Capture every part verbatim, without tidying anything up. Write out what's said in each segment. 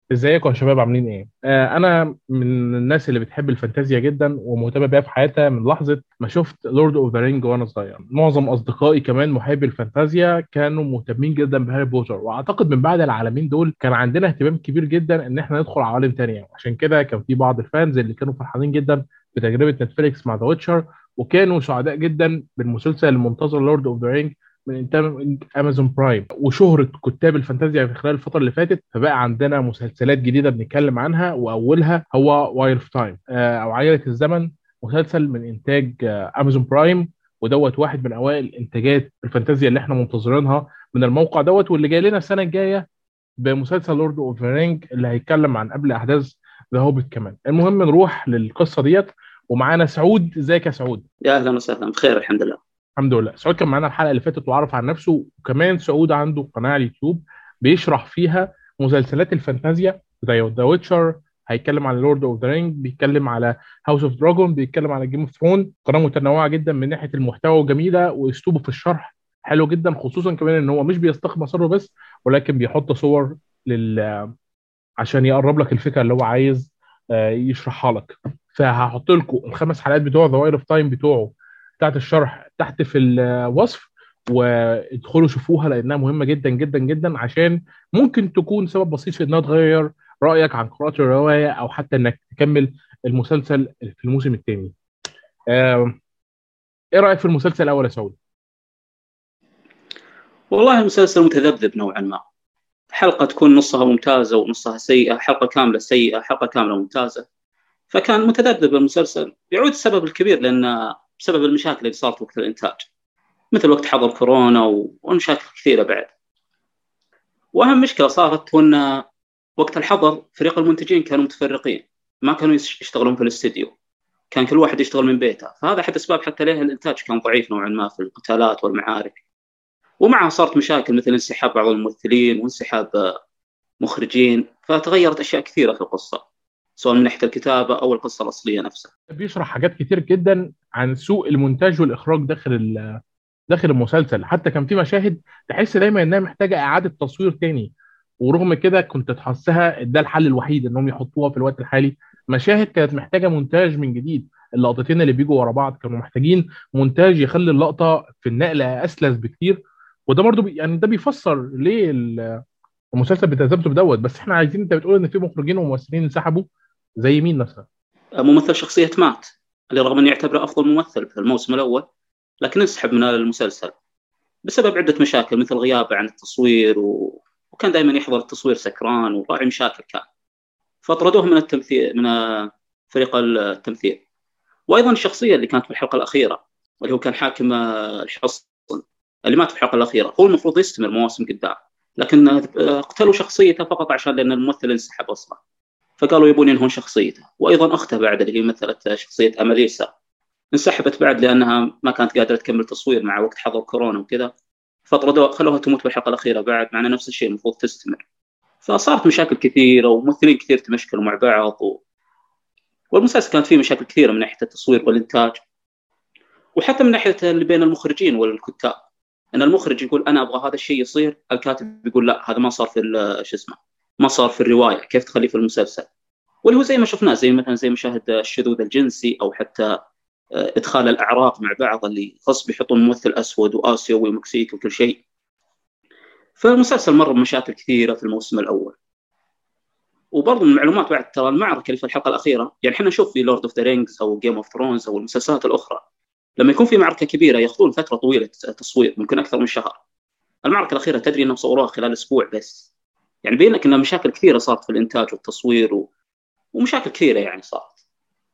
ازيكم يا شباب عاملين ايه؟ آه انا من الناس اللي بتحب الفانتازيا جدا ومهتم بيها في حياتها من لحظه ما شفت لورد اوف ذا رينج وانا صغير. معظم اصدقائي كمان محبي الفانتازيا كانوا مهتمين جدا بهاري بوتر، واعتقد من بعد العالمين دول كان عندنا اهتمام كبير جدا ان احنا ندخل عوالم تانية. عشان كده كان في بعض الفانز اللي كانوا فرحانين جدا بتجربه نتفليكس مع ذا ويتشر، وكانوا سعداء جدا بالمسلسل المنتظر لورد اوف ذا رينج من انتاج امازون برايم. وشهرة كتاب الفانتازيا في خلال الفترة اللي فاتت، فبقى عندنا مسلسلات جديدة بنتكلم عنها، وأولها هو وايل اوف تايم أو عائلة الزمن، مسلسل من إنتاج آه، أمازون برايم. ودوت واحد من أوائل إنتاجات الفانتازيا اللي احنا منتظرينها من الموقع دوت، واللي جاي لنا السنة الجاية بمسلسل لورد اوف ذا رينج اللي هيتكلم عن قبل أحداث ذا هوبيت كمان. المهم نروح للقصة ديت، ومعانا سعود. ازيك يا سعود؟ يا اهلا وسهلا بخير الحمد لله. الحمد لله. سعود كان معانا الحلقه اللي فاتت وعرف عن نفسه، وكمان سعود عنده قناه على اليوتيوب بيشرح فيها مسلسلات الفانتازيا زي ذا ويتشر. هيتكلم على لورد اوف ذا رينج، بيتكلم على هاوس اوف دراجون، بيتكلم على جيم اوف ثرون. قناه متنوعه جدا من ناحيه المحتوى وجميله، واسلوبه في الشرح حلو جدا، خصوصا كمان ان هو مش بيستقي مصادره بس، ولكن بيحط صور لل عشان يقرب لك الفكره اللي هو عايز آه، يشرحها لك. فهحط لكم الخمس حلقات بتوع ذا واير اوف تايم بتوعه بتاعت الشرح تحت في الوصف، وادخلوا شوفوها لانها مهمه جدا جدا جدا، عشان ممكن تكون سبب بسيط في انها تغير رايك عن قراءه الروايه، او حتى انك تكمل المسلسل في الموسم الثاني. ايه رايك في المسلسل الاول يا سعود؟ والله المسلسل متذبذب نوعا ما. حلقة تكون نصها ممتازة ونصها سيئة، حلقة كاملة سيئة، حلقة كاملة ممتازة. فكان متذبذب المسلسل. يعود السبب الكبير لأن بسبب المشاكل اللي صارت وقت الإنتاج، مثل وقت حظر كورونا و- ومشاكل كثيرة بعد. وأهم مشكلة صارت هو أن وقت الحظر فريق المنتجين كانوا متفرقين، ما كانوا يش- يشتغلون في الاستديو، كان كل واحد يشتغل من بيته. فهذا أحد أسباب حتى ليه الإنتاج كان ضعيف نوعا ما في القتالات والمعارك. ومعها صارت مشاكل مثل انسحاب بعض الممثلين وانسحاب مخرجين، فتغيرت أشياء كثيرة في القصة، سواء من ناحية الكتابة أو القصة الأصلية نفسها. بيشرح حاجات كتير جدا عن سوء المونتاج والاخراج داخل ال داخل المسلسل. حتى كان في مشاهد تحس دايما انها محتاجه اعاده تصوير تاني، ورغم كده كنت تحسها ده الحل الوحيد انهم يحطوها في الوقت الحالي. مشاهد كانت محتاجه مونتاج من جديد، اللقطتين اللي بيجوا ورا بعض كانوا محتاجين مونتاج يخلي اللقطه في النقل اسلس بكتير. وده برضو بي يعني ده بيفسر ليه ال- المسلسل بتذبذب دوت. بس احنا عايزين، انت بتقول ان في مخرجين وممثلين انسحبوا، زي مين مثلا؟ ممثل شخصية مات، اللي رغم أن يعتبره أفضل ممثل في الموسم الأول، لكن انسحب من المسلسل بسبب عدة مشاكل، مثل غيابه عن التصوير و... وكان دائما يحضر التصوير سكران وراعي مشاكل كان. فطردوه من التمثيل، من فريق التمثيل. وأيضا الشخصية اللي كانت في الحلقة الأخيرة، اللي هو كان حاكم الحصن، اللي مات في الحلقة الأخيرة، هو المفروض يستمر مواسم قدام، لكن اقتلوا شخصيته فقط عشان لأن الممثل انسحب أصلا. فقالوا يبون ينهون شخصيته. وأيضا أخته بعد، اللي هي مثلت شخصية أماليسا، انسحبت بعد لأنها ما كانت قادرة تكمل تصوير مع وقت حظر كورونا وكذا. فطردوها، خلوها تموت بالحلقة الأخيرة بعد، مع أن نفس الشيء المفروض تستمر. فصارت مشاكل كثيرة وممثلين كثير تمشكلوا مع بعض و... والمسلسل كانت فيه مشاكل كثيرة من ناحية التصوير والإنتاج، وحتى من ناحية اللي بين المخرجين والكتاب. ان المخرج يقول انا ابغى هذا الشيء يصير، الكاتب يقول لا هذا ما صار في شو اسمه، ما صار في الروايه، كيف تخليه في المسلسل؟ واللي هو زي ما شفناه، زي مثلا زي مشاهد الشذوذ الجنسي، او حتى آه، ادخال الاعراق مع بعض، اللي غصب يحطون ممثل اسود واسيوي ومكسيكي وكل شيء. فالمسلسل مر بمشاكل كثيره في الموسم الاول. وبرضه من المعلومات بعد، ترى المعركه اللي في الحلقه الاخيره، يعني احنا نشوف في لورد اوف ذا رينجز او جيم اوف ثرونز او المسلسلات الاخرى، لما يكون في معركه كبيره ياخذون فتره طويله تصوير، ممكن اكثر من شهر. المعركة الأخيرة تدري أنهم صوروها خلال أسبوع بس. يعني بينك أن مشاكل كثيرة صارت في الإنتاج والتصوير و... ومشاكل كثيرة يعني صارت.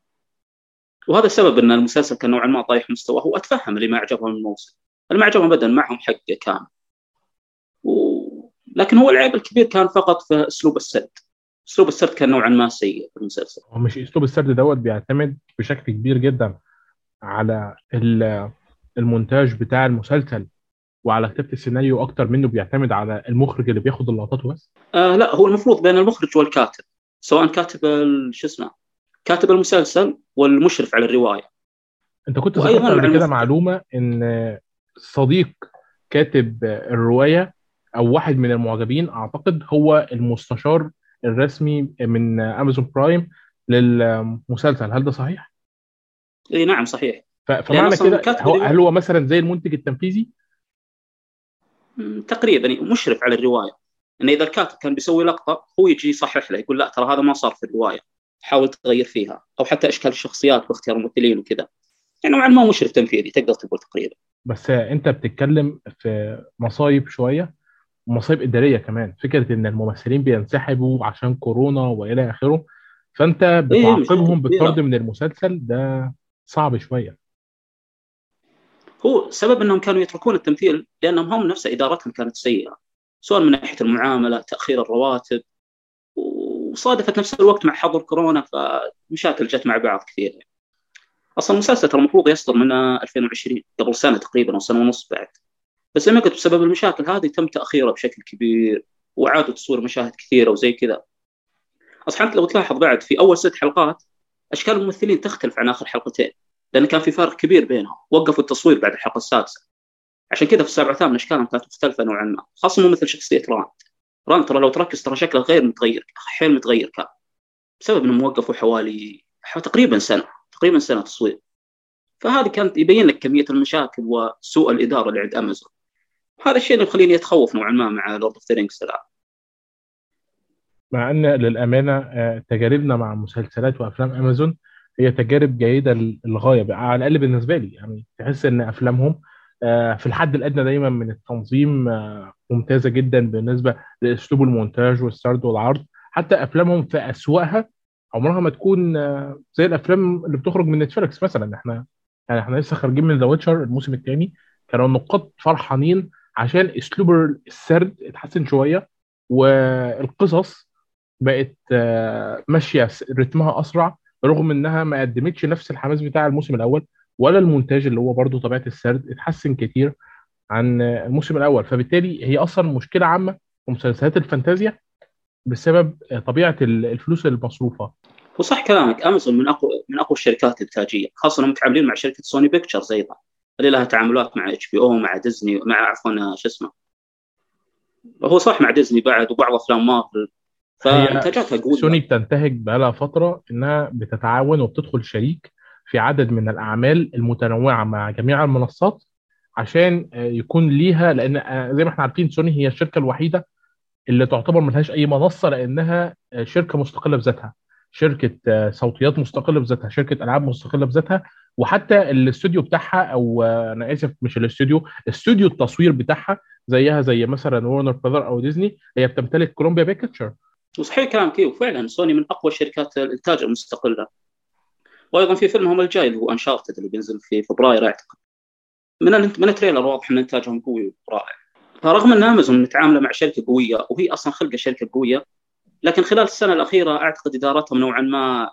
وهذا السبب أن المسلسل كان نوعا ما طايح مستواه. وأتفهم اللي ما عجبهم الموسم، اللي ما عجبهم أبدا، معهم حق كان و... لكن هو العيب الكبير كان فقط في أسلوب السرد. أسلوب السرد كان نوعا ما سيء في المسلسل. هو مش اسلوب السرد دوت بيعتمد بشكل كبير جدا على ال- المونتاج بتاع المسلسل وعلى كتابة السيناريو، اكتر منه بيعتمد على المخرج اللي بياخد اللقطات وبس. آه لا، هو المفروض بين المخرج والكاتب، سواء كاتب ال- شو اسمه، كاتب المسلسل والمشرف على الرواية. انت كنت ذكرت وأيضا قبل مع كده المخرج. معلومة ان صديق كاتب الرواية او واحد من المعجبين اعتقد هو المستشار الرسمي من امازون برايم للمسلسل، هل ده صحيح؟ اي نعم صحيح. ف- لان فمعنى اصلا كده كاتب هو هل الروايه هو مثلا زي المنتج التنفيذي؟ م، تقريبا مشرف على الروايه. انه اذا الكاتب كان بيسوي لقطه هو يجي يصحح له، يقول لا ترى هذا ما صار في الروايه، حاول تغير فيها، او حتى اشكال الشخصيات واختيار الممثلين وكذا. يعني نوعا ما مشرف تنفيذي تقدر تقول تقريبا. بس انت بتتكلم في مصايب شويه، ومصايب اداريه كمان، فكره ان الممثلين بينسحبوا عشان كورونا والى اخره، فانت ايه مشاكل بتعاقبهم بالطرد كبيره. من المسلسل ده، صعب شويه. هو سبب انهم كانوا يتركون التمثيل لانهم هم نفس ادارتهم كانت سيئه، سواء من ناحيه المعامله، تاخير الرواتب، وصادفت نفس الوقت مع حظر كورونا، فمشاكل جت مع بعض كثير يعني. اصلا المسلسل ترى المفروض يصدر من ألفين وعشرين، قبل سنه تقريبا او سنه ونص بعد، بس زي ما قلت بسبب المشاكل هذه تم تاخيره بشكل كبير، وعادوا تصوير مشاهد كثيره وزي كذا. اصلا انت لو تلاحظ بعد في اول ست حلقات اشكال الممثلين تختلف عن اخر حلقتين، لان كان في فرق كبير بينهم، وقفوا التصوير بعد الحلقه السادسه. عشان كذا في السابع والثامن اشكالهم كانت مختلفه نوعا ما، خاصه ممثل شخصيه راند. راند ترى لو تركز ترى شكله غير متغير، حيل متغير كان، بسبب انهم وقفوا حوالي تقريبا سنه، تقريبا سنه تصوير. فهذه كانت يبين لك كميه المشاكل وسوء الاداره اللي عند امازون. هذا الشيء اللي مخليني اتخوف نوعا ما مع لورد اوف ذا رينجز الان. مع ان للامانه آه، تجاربنا مع مسلسلات وافلام امازون هي تجارب جيده للغايه بقى، على الاقل بالنسبه لي. يعني تحس ان افلامهم آه، في الحد الادنى دايما من التنظيم، آه، ممتازه جدا بالنسبه لاسلوب المونتاج والسرد والعرض. حتى افلامهم في اسوأها عمرها ما تكون آه، زي الافلام اللي بتخرج من نتفليكس مثلا. احنا يعني احنا لسه خارجين من ذا ويتشر الموسم الثاني، كانوا النقاد فرحانين عشان اسلوب السرد اتحسن شويه، والقصص بقت آه، ماشيه س- رتمها اسرع، رغم انها ما قدمتش نفس الحماس بتاع الموسم الاول، ولا المونتاج اللي هو برضه طبيعه السرد اتحسن كتير عن آه، الموسم الاول. فبالتالي هي اصلا مشكله عامه في مسلسلات الفانتازيا بسبب آه، طبيعه ال- الفلوس المصروفه. وصح كلامك، امازون من اقوى من اقوى الشركات الانتاجيه، خاصه انهم متعاملين مع شركه سوني بيكتشرز ايضا، اللي لها تعاملات مع اتش بي او، مع ديزني، مع عفوا شو اسمه، هو صح مع ديزني بعد، وبعض افلام مارفل، هي فانتاجاتها س- قويه. سوني بتنتهج بقالها فتره انها بتتعاون وبتدخل شريك في عدد من الاعمال المتنوعه مع جميع المنصات، عشان آه، يكون ليها، لان آه، زي ما احنا عارفين سوني هي الشركه الوحيده اللي تعتبر ملهاش اي منصه، لانها شركه مستقله بذاتها، شركه آه، صوتيات مستقله بذاتها، شركه العاب مستقله بذاتها. وحتى الاستوديو بتاعها، او آه، انا اسف مش الاستوديو، استوديو التصوير بتاعها زيها زي مثلا ورنر براذر او ديزني، هي بتمتلك كولومبيا بيكتشر. وصحيح كلامك، وفعلا سوني من اقوى شركات الانتاج المستقله. وايضا في فيلمهم الجاي اللي هو انشارتد اللي بينزل في فبراير اعتقد، من ال- من التريلر واضح ان انتاجهم قوي ورائع. فرغم ان امازون متعامله مع شركه قويه، وهي اصلا خلقه شركه قويه، لكن خلال السنه الاخيره اعتقد ادارتهم نوعا ما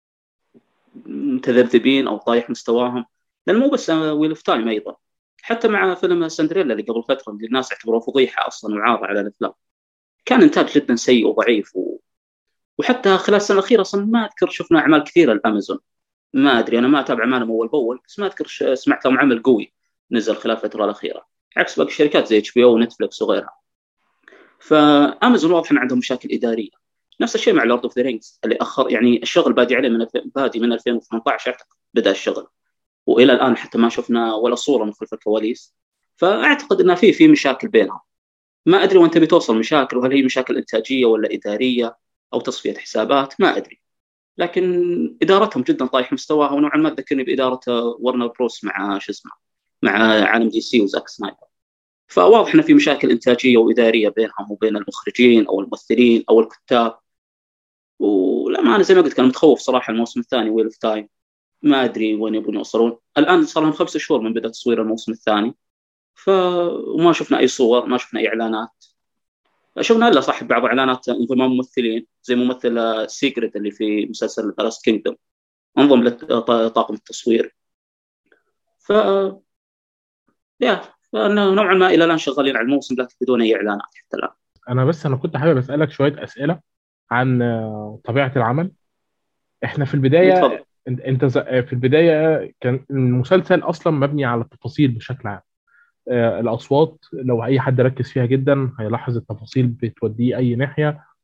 متذبذبين او طايح مستواهم. لان مو بس ويل اوف تايم، ايضا حتى مع فيلم سندريلا اللي قبل فتره اللي الناس اعتبروه فضيحه اصلا وعار على الافلام، كان انتاج جدا سيء وضعيف و... وحتى خلال السنه الاخيره اصلا ما اذكر شفنا اعمال كثيره لامازون. ما ادري، انا ما اتابع اعمالهم اول باول، بس ما اذكر ش... سمعت لهم عمل قوي نزل خلال الفتره الاخيره، عكس باقي الشركات زي اتش بي او ونتفلكس وغيرها. فامازون واضح ان عندهم مشاكل اداريه. نفس الشيء مع لورد اوف ذا رينجز اللي اخر، يعني الشغل بادي عليه من الف... بادي من ألفين وثمانية عشر اعتقد بدا الشغل، والى الان حتى ما شفنا ولا صوره من خلف الكواليس. فاعتقد ان في في مشاكل بينهم. ما ادري وين تبي توصل مشاكل، وهل هي مشاكل انتاجيه ولا اداريه او تصفيه حسابات، ما ادري. لكن ادارتهم جدا طايح مستواها، ونوعا ما تذكرني باداره ورنر بروس مع شو اسمه، مع عالم دي سي وزاك سنايدر. فواضح ان في مشاكل انتاجيه واداريه بينهم وبين المخرجين او الممثلين او الكتاب. ولما انا زي ما قلت كان متخوف صراحه الموسم الثاني ويل اوف تايم، ما ادري وين يبون يوصلون. الان صار لهم خمس شهور من بدء تصوير الموسم الثاني، ف وما شفنا اي صور، ما شفنا اي اعلانات. شفنا الا صح بعض اعلانات انضمام ممثلين زي ممثل سيكريت اللي في مسلسل ذا لاست كينجدوم، انضم لطاقم التصوير. ف يا فأنا نوعا ما الى الان شغالين على الموسم لكن بدون اي اعلانات حتى الان. انا بس انا كنت حابب اسالك شويه اسئله عن آه، طبيعه العمل. احنا في يتفضل. البدايه، انت أنت ز- في البدايه كان المسلسل اصلا مبني على التفاصيل بشكل عام. آه، الاصوات لو اي حد ركز فيها جدا هيلاحظ التفاصيل بتوديه اي ناحيه.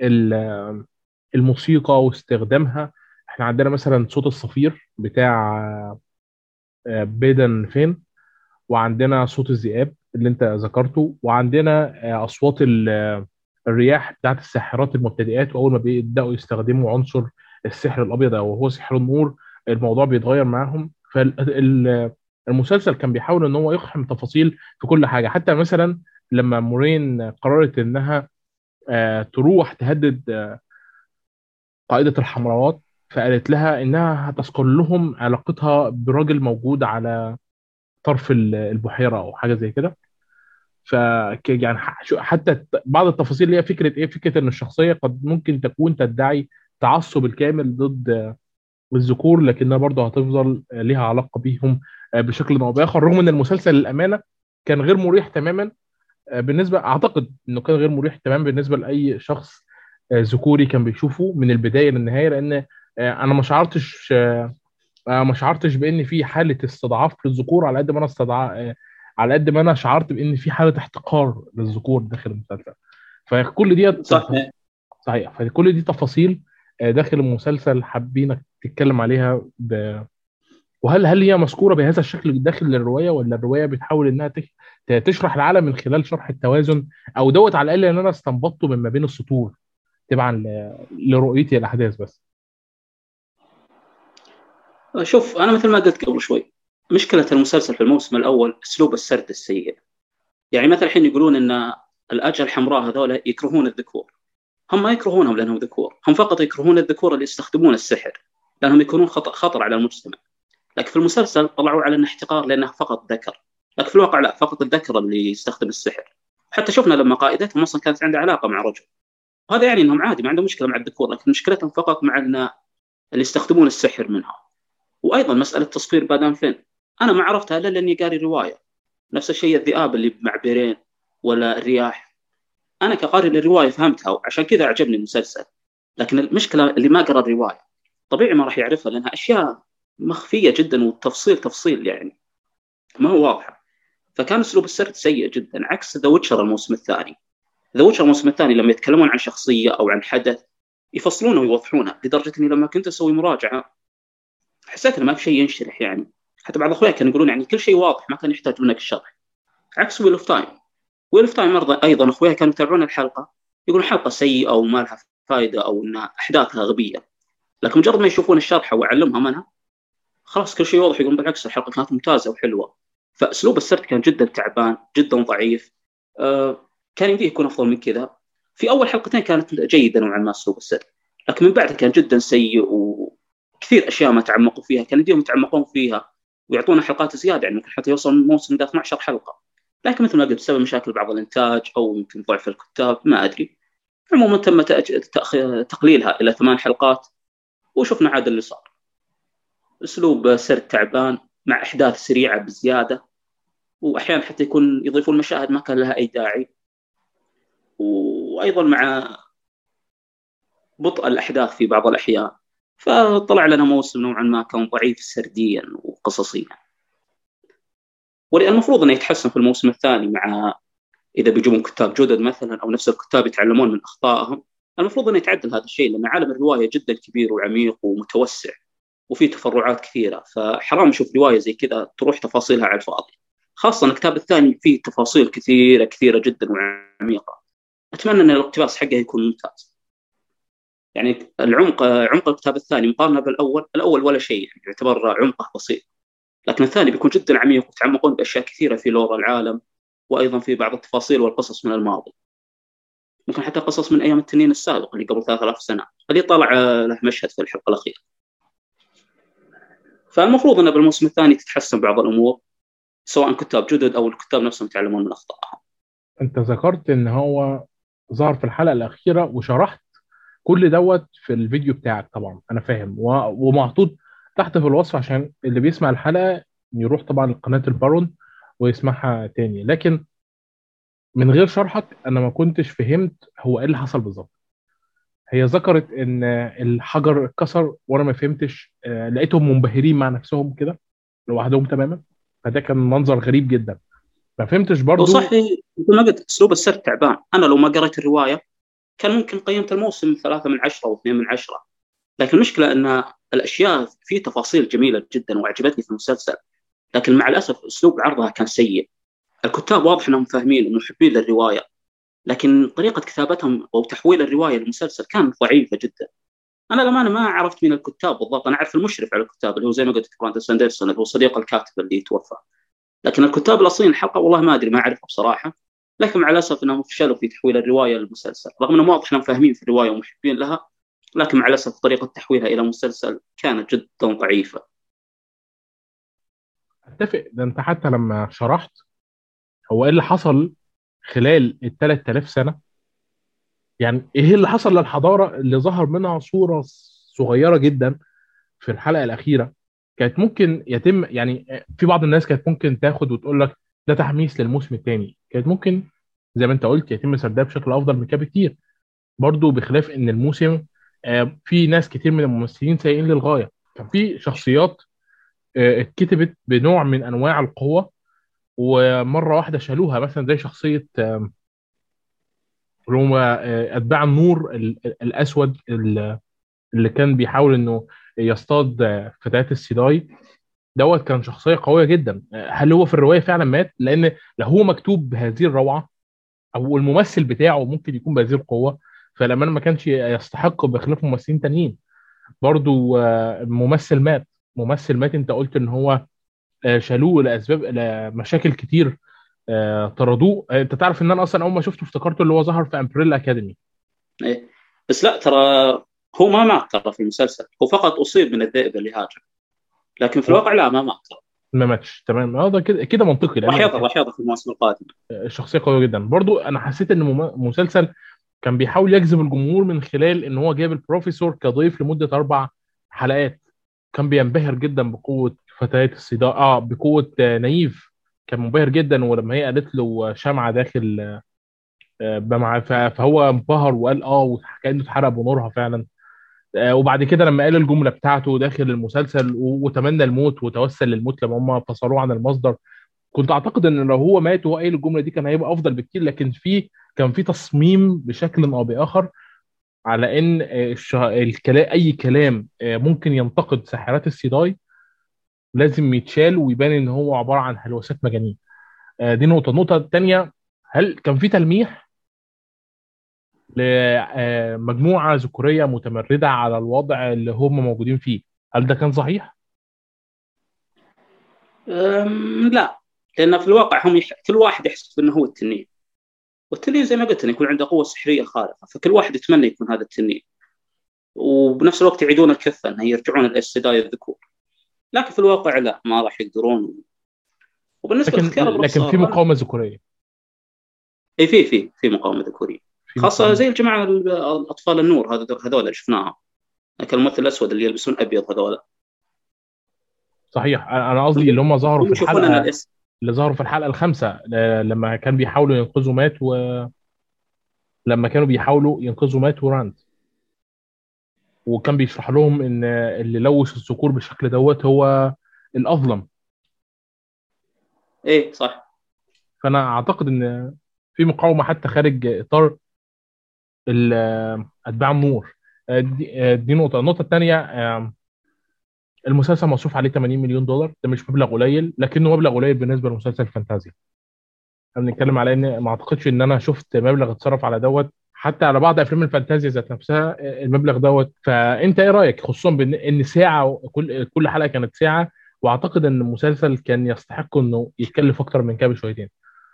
ال- الموسيقى واستخدامها. احنا عندنا مثلا صوت الصفير بتاع آه، بيدن فين، وعندنا صوت الذئاب اللي انت ذكرته، وعندنا آه، اصوات ال- آه، الرياح بتاعت الساحرات المبتدئات، واول ما بيبداوا يستخدموا عنصر السحر الابيض او هو سحر النور الموضوع بيتغير معاهم. فالمسلسل كان بيحاول ان هو يقحم تفاصيل في كل حاجه. حتى مثلا لما مورين قررت انها آه، تروح تهدد آه، قائده الحمراوات، فقالت لها انها هتثقل لهم علاقتها براجل موجود على طرف ال- البحيره او حاجه زي كده. ف يعني ح- شو- حتى الت- بعض التفاصيل اللي هي فكره ايه، فكره ان الشخصيه قد ممكن تكون تدعي تعصب الكامل ضد الذكور، لكنها برضه هتفضل ليها علاقه بيهم بشكل او باخر، رغم ان المسلسل للامانه كان غير مريح تماما بالنسبه، اعتقد انه كان غير مريح تماما بالنسبه لاي شخص ذكوري كان بيشوفه من البدايه للنهايه، لان انا ما شعرتش آه، ما شعرتش بان في حاله استضعاف للذكور على قد ما انا استضع آه، على قد ما انا شعرت بان في حاله احتقار للذكور داخل المسلسل. فكل دي تف- صحيح. صحيح، فكل دي تفاصيل آه، داخل المسلسل حابينك تتكلم عليها ب... وهل هل هي مذكوره بهذا الشكل داخل الروايه، ولا الروايه بتحاول انها تك- ت- تشرح العالم من خلال شرح التوازن، او دوت على الاقل ان انا استنبطته من ما بين السطور تبعا ل... لرؤيتي الاحداث بس. شوف، انا مثل ما قلت قبل شوي، مشكله المسلسل في الموسم الاول اسلوب السرد السيء. يعني مثلا الحين يقولون ان الاجل الحمراء هذول يكرهون الذكور. هم ما يكرهونهم لانهم ذكور، هم فقط يكرهون الذكور اللي يستخدمون السحر، لانهم يكونون خطر, خطر على المجتمع. لكن في المسلسل طلعوا على انه احتقار لانه فقط ذكر، لكن في الواقع لا، فقط الذكر اللي يستخدم السحر. حتى شفنا لما قائدتهم اصلا كانت عندها علاقه مع رجل، وهذا يعني انهم عادي ما عندهم مشكله مع الذكور، لكن مشكلتهم فقط مع ان اللي يستخدمون السحر منها. وايضا مساله تصوير بادان فين، انا ما عرفتها الا لاني قاري روايه. نفس الشيء الذئاب اللي مع بيرين، ولا الرياح، انا كقارئ للروايه فهمتها وعشان كذا عجبني المسلسل. لكن المشكله اللي ما قرا الروايه طبيعي ما راح يعرفها، لانها اشياء مخفيه جدا والتفصيل تفصيل يعني ما هو واضحه. فكان اسلوب السرد سيء جدا، عكس ذا ويتشر الموسم الثاني. ذا ويتشر الموسم الثاني لما يتكلمون عن شخصيه او عن حدث يفصلونه ويوضحونه، لدرجه اني لما كنت اسوي مراجعه حسيت انه ما في شيء ينشرح يعني. حتى بعض اخوياي كانوا يقولون يعني كل شيء واضح ما كان يحتاج منك الشرح. عكس ويل اوف تايم. ويل اوف تايم ايضا اخوياي كانوا يتابعون الحلقه يقولون حلقه سيئه او ما لها فائده او ان احداثها غبيه، لكن مجرد ما يشوفون الشرح واعلمها منها خلاص كل شيء واضح، يقولون بالعكس الحلقه كانت ممتازه وحلوه. فاسلوب السرد كان جدا تعبان جدا ضعيف. آه كان يمديه يكون افضل من كذا. في اول حلقتين كانت جيده نوعا ما اسلوب السرد، لكن من بعدها كان جدا سيء، وكثير اشياء ما تعمقوا فيها، كان يديهم يتعمقون فيها ويعطونا حلقات زياده، يعني ممكن حتى يوصل موسم ده اثنا عشر حلقه. لكن مثل ما قلت بسبب مشاكل بعض الانتاج او يمكن ضعف الكتاب ما ادري، عموما تم تأج- تأخ- تقليلها الى ثمان حلقات، وشفنا عاد اللي صار. اسلوب سرد تعبان مع احداث سريعه بزياده، واحيانا حتى يكون يضيفون مشاهد ما كان لها اي داعي، وايضا مع بطء الاحداث في بعض الاحيان. فطلع لنا موسم نوعا ما كان ضعيف سرديا وقصصيا، والمفروض انه يتحسن في الموسم الثاني، مع اذا بيجيبون كتاب جدد مثلا او نفس الكتاب يتعلمون من اخطائهم. المفروض انه يتعدل هذا الشيء، لان عالم الروايه جدا كبير وعميق ومتوسع وفيه تفرعات كثيره، فحرام نشوف روايه زي كذا تروح تفاصيلها على الفاضي. خاصه الكتاب الثاني فيه تفاصيل كثيره كثيره جدا وعميقه. اتمنى ان الاقتباس حقه يكون ممتاز. يعني العمق عمق الكتاب الثاني مقارنه بالاول، الاول ولا شيء يعني يعتبر عمقه بسيط، لكن الثاني بيكون جدا عميق وتعمقون باشياء كثيره في لور العالم، وايضا في بعض التفاصيل والقصص من الماضي، ممكن حتى قصص من ايام التنين السابق اللي قبل ثلاثة آلاف سنه اللي طلع له مشهد في الحلقه الاخيره. فالمفروض ان بالموسم الثاني تتحسن بعض الامور، سواء كتاب جدد او الكتاب نفسهم يتعلمون من اخطائهم. انت ذكرت ان هو ظهر في الحلقه الاخيره وشرحت كل دوت في الفيديو بتاعك، طبعا انا فاهم و- ومحطوط تحت في الوصف عشان اللي بيسمع الحلقه يروح طبعا لقناه البارون ويسمعها تاني. لكن من غير شرحك انا ما كنتش فهمت هو ايه اللي حصل بالظبط. هي ذكرت ان الحجر اتكسر وانا ما فهمتش، آه، لقيتهم منبهرين مع نفسهم كده لوحدهم تماما، فده كان منظر غريب جدا، ما فهمتش هو صح برضو. مثل ما قلت اسلوب السرد تعبان. انا لو ما قريت الروايه كان ممكن قيمت الموسم ثلاثة من عشرة واثنين من عشرة. لكن المشكلة أن الأشياء فيه تفاصيل جميلة جدا وأعجبتني في المسلسل، لكن مع الأسف أسلوب عرضها كان سيء. الكتاب واضح أنهم فاهمين ومحبين للرواية، لكن طريقة كتابتهم أو تحويل الرواية للمسلسل كانت ضعيفة جدا. أنا لما أنا ما عرفت مين الكتاب بالضبط، أنا أعرف المشرف على الكتاب اللي هو زي ما قلت براندون ساندرسون اللي هو صديق الكاتب اللي توفى، لكن الكتاب الأصليين الحلقة والله ما أدري، ما أعرفها بصراحة. لكن مع الأسف أنهم فشلوا في تحويل الرواية للمسلسل، رغم أنهم واضح أنهم فاهمين في الرواية ومحبين لها، لكن مع الأسف طريقة تحويلها إلى مسلسل كانت جدا ضعيفة. اتفق. ده انت حتى لما شرحت هو ايه اللي حصل خلال ال ثلاث آلاف سنه، يعني ايه اللي حصل للحضاره اللي ظهر منها صوره صغيره جدا في الحلقه الاخيره، كانت ممكن يتم يعني في بعض الناس كانت ممكن تاخد وتقول لك ده تحميس للموسم الثاني، كانت ممكن زي ما انت قلت يتم سردها بشكل افضل من كده بكتير. برضو بخلاف ان الموسم آه، في ناس كتير من الممثلين سيئين للغايه، كان في شخصيات آه، اتكتبت بنوع من انواع القوه ومره واحده شالوها، مثلا زي شخصيه آه، اللي هو آه، اتباع النور ال- ال- الاسود ال- اللي كان بيحاول انه يصطاد آه، فتيات السيداي. دوت كان شخصيه قويه جدا. آه، هل هو في الروايه فعلا مات؟ لان لو هو مكتوب بهذه الروعه او الممثل بتاعه ممكن يكون بهذه القوه، فلما ما كانش يستحق بخلاف ممثلين تانيين. برضو آه، ممثل مات. ممثل مات انت قلت ان هو آه، شالوه لاسباب لمشاكل كتير آه، طردوه. آه، انت تعرف ان انا اصلا اول ما شفته افتكرته اللي هو ظهر في امبريلا اكاديمي. إيه. بس لا ترى، هو ما مات ترى في المسلسل، هو فقط أصيب من الذئب اللي هاجم، لكن في هو الواقع لا ما مات ترى. ما ماتش. تمام. اه ده كده كده منطقي راح لان يظهر كان راح يظهر في المواسم القادمة. الشخصيه قويه جدا. برضو انا حسيت ان مم- مسلسل كان بيحاول يجذب الجمهور من خلال ان هو جاب البروفيسور كضيف لمده اربع حلقات. كان بينبهر جدا بقوه فتيات الصداع، اه بقوه آه، نايف. كان منبهر جدا، ولما هي قالت له شمعة داخل آه، بمع ف- فهو انبهر وقال اه، وكأنه اتحرق بنورها فعلا. آه، وبعد كده لما قال الجملة بتاعته داخل المسلسل و- وتمنى الموت وتوسل للموت لما هم فصلوه عن المصدر، كنت اعتقد ان لو هو مات وهو قايل الجملة دي كان هيبقى افضل بكتير. لكن في كان في تصميم بشكل او باخر على ان آه، الش- الكلام اي كلام آه، ممكن ينتقد ساحرات السيداي لازم يتشال ويبان ان هو عبارة عن هلوسات مجانين. آه، دي نقطة. النقطة الثانية، هل كان في تلميح لمجموعة ذكورية متمردة على الوضع اللي هم موجودين فيه؟ هل ده كان صحيح؟ أم، لا، لأن في الواقع هم يح... كل واحد يحسب أنه هو التنين، والتنين زي ما قلت أنه يكون عنده قوة سحرية خارقة، فكل واحد يتمنى يكون هذا التنين، وبنفس الوقت يعيدون الكفة أنه يرجعون للسدايا الذكور، لكن في الواقع لا، ما راح يقدرون. وبالنسبة لكن لاختيار لكن في البروفيسور أنا، مقاومة ذكورية. اي في في في مقاومة ذكورية، في خاصة مقاومة. زي الجماعة ال- الأطفال النور، هذا هذول اللي شفناها، لكن الممثل الأسود اللي يلبسون أبيض هذول، صحيح. انا أنا هم قصدي اللي هم ظهروا هم في يشوفون أن الحلقة، الاسم. اللي ظهروا في الحلقة الخامسة ل- لما كان بيحاولوا ينقذوا مات، ولما كانوا بيحاولوا ينقذوا مات وراند، وكان بيشرح لهم ان اللي لوث الذكور بالشكل دوت هو الأظلم. ايه صح. فانا اعتقد ان في مقاومة حتى خارج اطار ال- اتباع النور. آه، دي آه، دي نقطة. النقطة الثانية، المسلسل مصروف عليه ثمانين مليون دولار. ده مش مبلغ قليل، لكنه مبلغ قليل بالنسبه لمسلسل فانتازيا. احنا بنتكلم على ان ما اعتقدش ان انا شفت مبلغ اتصرف على دوت حتى على بعض افلام الفانتازيا ذات نفسها المبلغ دوت. فانت ايه رايك، خصوصا بان ان ساعه، كل كل حلقه كانت ساعه، واعتقد ان المسلسل كان يستحق انه يتكلف اكتر من كده بشويتين.